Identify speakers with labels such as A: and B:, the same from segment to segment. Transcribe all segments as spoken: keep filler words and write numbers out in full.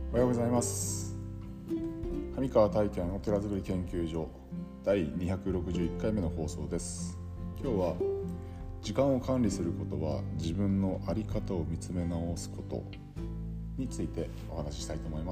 A: おはようございます。上川体験お寺づくり研究所だいにひゃくろくじゅういっかいめの放送です。今日は時間を管理することは自分の在り方を見つめ直すことについてお話ししたいと思います。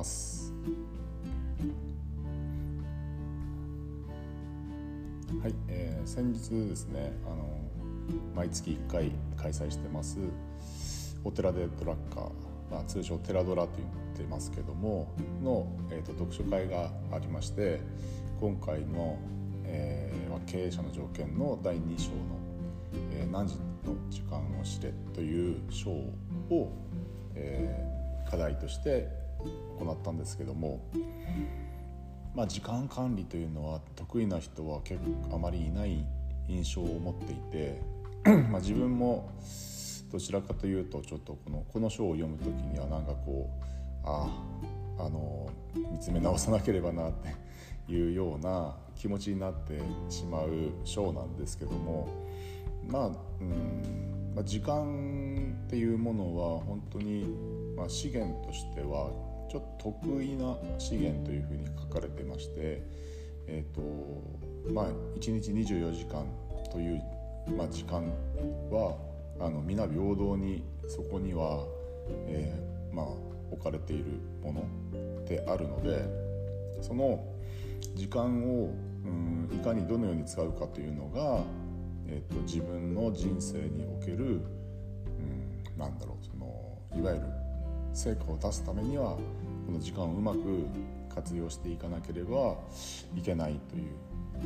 A: はい、えー、先日ですねあの毎月いっかい開催してますお寺でドラッカー、まあ、通称寺ドラと言ってますけどもの、えー、と読書会がありまして、今回の、えー、経営者の条件のだいに章の、えー、何時の時間を知れという章を、えー、課題として行ったんですけども、まあ、時間管理というのは得意な人は結構あまりいない印象を持っていてまあ自分もどちらかというとちょっとこのこの章を読むときにはなんかこうああの見つめ直さなければなっていうような気持ちになってしまう章なんですけども、まあ、うんまあ、時間っていうものは本当に、まあ、資源としてはちょっと得意な資源というふうに書かれてまして、えーとまあ、いちにちにじゅうよじかんという、まあ、時間はあの皆平等にそこには、えーまあ、置かれているものであるので、その時間を、うん、いかにどのように使うかというのが、えーと、自分の人生における、うん、なんだろうそのいわゆる成果を出すためにはこの時間をうまく活用していかなければいけないという、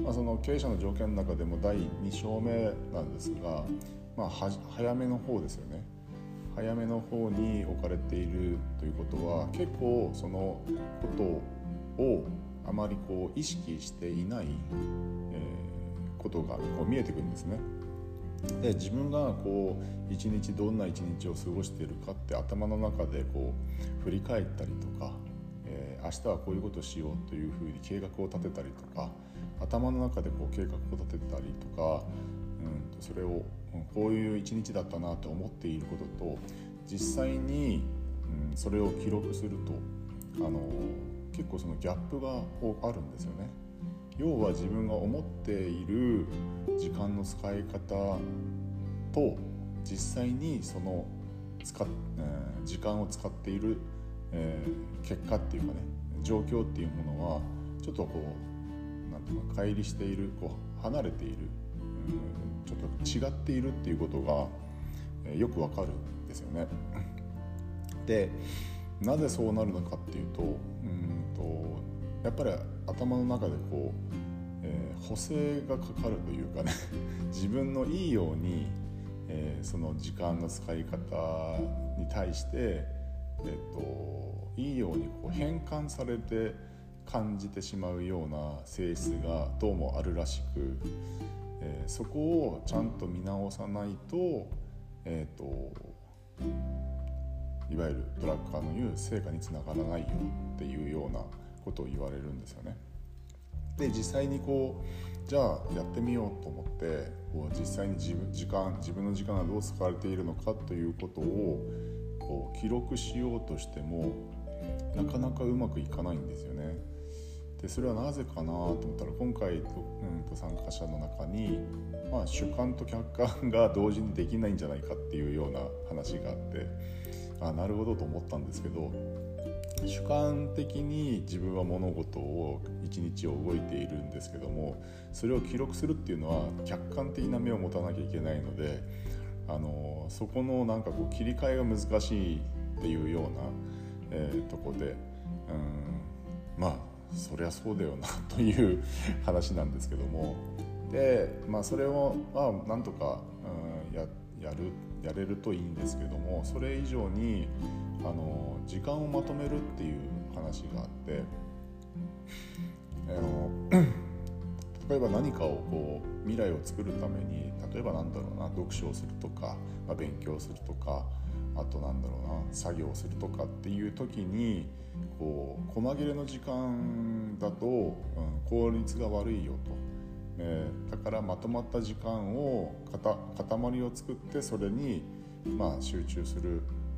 A: まあ、その経営者の条件の中でもだいに章目なんですが、まあ、は早めの方ですよね。早めの方に置かれているということは結構そのことをあまりこう意識していない、えー、ことがこう見えてくるんですね。で自分がこう一日どんな一日を過ごしているかって頭の中でこう振り返ったりとか、えー、明日はこういうことをしようというふうに計画を立てたりとか、頭の中でこう計画を立てたりとか、うん、それをこういう一日だったなと思っていることと実際に、うん、それを記録するとあの結構そのギャップがあるんですよね。要は自分が思っている時間の使い方と実際にその使っ、えー、時間を使っている、えー、結果っていうかね状況っていうものはちょっとこうなんていうか乖離しているこう離れている、うん、ちょっと違っているっていうことが、えー、よくわかるんですよね。でなぜそうなるのかっていうと、うんとやっぱり頭の中でこう、えー、補正がかかるというかね自分のいいように、えー、その時間の使い方に対して、えー、といいようにこう変換されて感じてしまうような性質がどうもあるらしく、えー、そこをちゃんと見直さないと、えー、といわゆるドラッカーの言う成果につながらないよっていうようなことを言われるんですよね。で実際にこうじゃあやってみようと思ってこう実際に自分、時間自分の時間がどう使われているのかということをこう記録しようとしてもなかなかうまくいかないんですよね。でそれはなぜかなと思ったら今回、うん、と参加者の中に、まあ、主観と客観が同時にできないんじゃないかっていうような話があって、あなるほどと思ったんですけど、主観的に自分は物事を一日を動いているんですけども、それを記録するっていうのは客観的な目を持たなきゃいけないので、あのそこのなんかこう切り替えが難しいっていうような、えー、とこで、うん、まあそりゃそうだよなという話なんですけども、で、まあ、それを、まあ、なんとか、うん、や, やるやれるといいんですけども、それ以上にあの時間をまとめるっていう話があって、あの例えば何かをこう未来を作るために、例えばなんだろうな読書をするとか、まあ、勉強するとか、あとなんだろうな作業をするとかっていう時にこう細切れの時間だと、うん、効率が悪いよと、えー、だからまとまった時間を塊を作ってそれにまあ集中する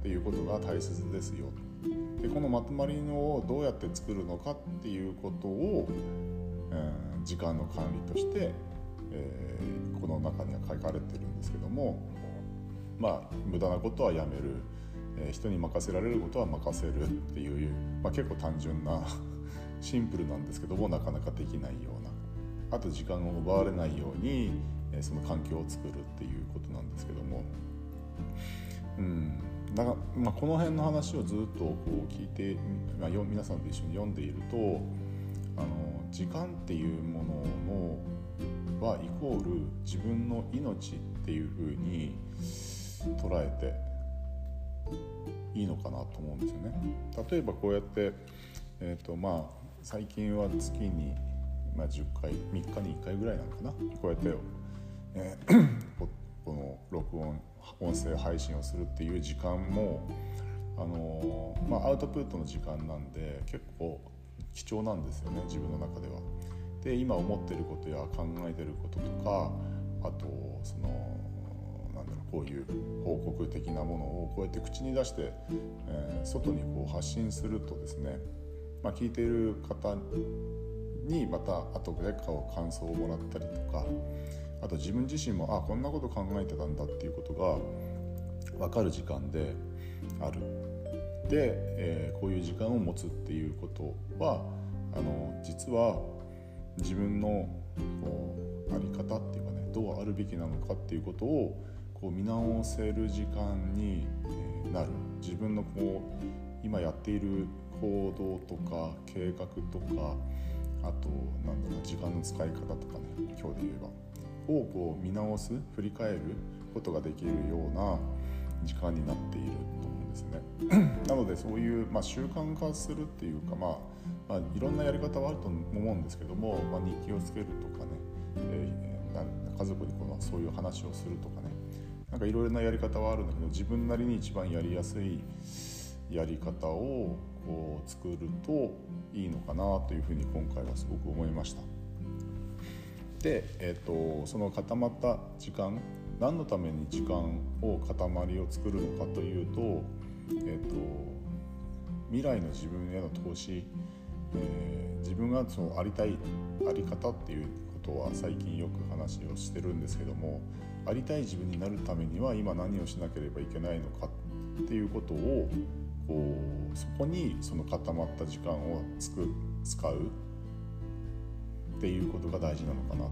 A: っていうことが大切ですよ。でこのまとまりのをどうやって作るのかっていうことを、うん、時間の管理として、えー、この中には書かれてるんですけども、まあ無駄なことはやめる、えー、人に任せられることは任せるっていう、まあ、結構単純なシンプルなんですけどもなかなかできないような、あと時間を奪われないように、えー、その環境を作るっていうことなんですけども、うんだからまあ、この辺の話をずっとこう聞いて、まあ、皆さんと一緒に読んでいると、あの時間っていうもののはイコール自分の命っていうふうに捉えていいのかなと思うんですよね。例えばこうやって、えーとまあ、最近は月に、まあ、じゅっかいみっかにいっかいぐらいなのかな、こうやって、えー、この録音音声配信をするっていう時間も、あのーまあ、アウトプットの時間なんで結構貴重なんですよね、自分の中では。で今思ってることや考えてることとか、あとそのなんだろうこういう報告的なものをこうやって口に出して、えー、外にこう発信するとですね、まあ、聞いている方にまた後で感想をもらったりとか、あと自分自身もあこんなこと考えてたんだっていうことが分かる時間である。で、えー、こういう時間を持つっていうことはあの実は自分のこうあり方っていうかね、どうあるべきなのかっていうことをこう見直せる時間になる。自分のこう今やっている行動とか計画とか、あとなんだろう時間の使い方とかね、今日で言えばをこう見直す、振り返ることができるような時間になっていると思うんですね。なのでそういう、まあ、習慣化するっていうか、まあまあ、いろんなやり方はあると思うんですけども、まあ、日記をつけるとかね、えー、家族にこのそういう話をするとかね、なんかいろいろなやり方はあるんだけど、自分なりに一番やりやすいやり方をこう作るといいのかなというふうに今回はすごく思いました。で、えーと、その固まった時間、何のために時間を塊を作るのかというと、えーと、未来の自分への投資、えー、自分がそのありたいあり方っていうことは最近よく話をしてるんですけども、ありたい自分になるためには今何をしなければいけないのかっていうことをこうそこにその固まった時間をつく使うっていうことが大事なのかなって。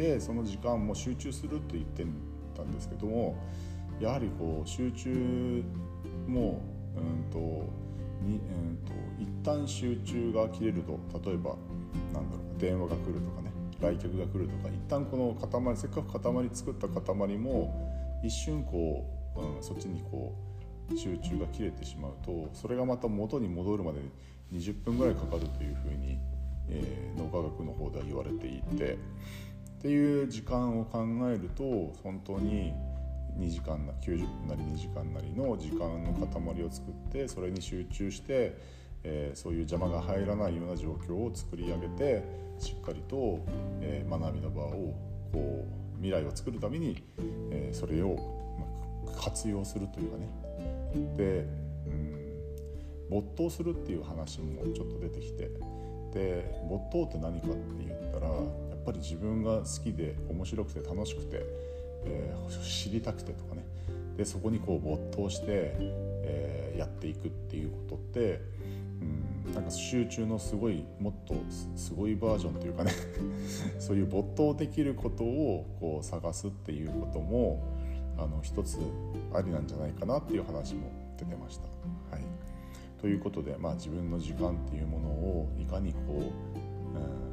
A: でその時間も集中するって言ってたんですけども、やはりこう集中もうんとにうんと一旦集中が切れると、例えばなんだろう電話が来るとかね、来客が来るとか、一旦この塊、せっかく塊作った塊も一瞬こう、うん、そっちにこう集中が切れてしまうと、それがまた元に戻るまでにじゅっぷんぐらいかかるというふうに、えー、脳科学の方では言われていて、っていう時間を考えると本当ににじかんなきゅうじゅっぷんなりにじかんなりの時間の塊を作って、それに集中して、えー、そういう邪魔が入らないような状況を作り上げて、しっかりと、えー、学びの場をこう未来を作るために、えー、それを、まあ、活用するというかね。で、うん、没頭するっていう話もちょっと出てきて、で没頭って何かって言ったら、やっぱり自分が好きで面白くて楽しくて、えー、知りたくてとかね、でそこにこう没頭して、えー、やっていくっていうことって、うん、なんか集中のすごいもっとすごいバージョンというかねそういう没頭できることをこう探すっていうこともあの一つありなんじゃないかなっていう話も出てました。はい、ということで、まあ、自分の時間っていうものをいかにこう、うん、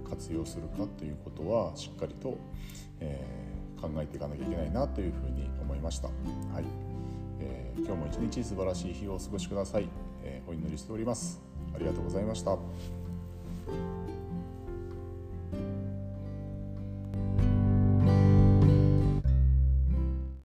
A: 活用するかということはしっかりと、えー、考えていかなきゃいけないなというふうに思いました。はい、えー、今日も一日素晴らしい日をお過ごしください。えー、お祈りしております。ありがとうございました。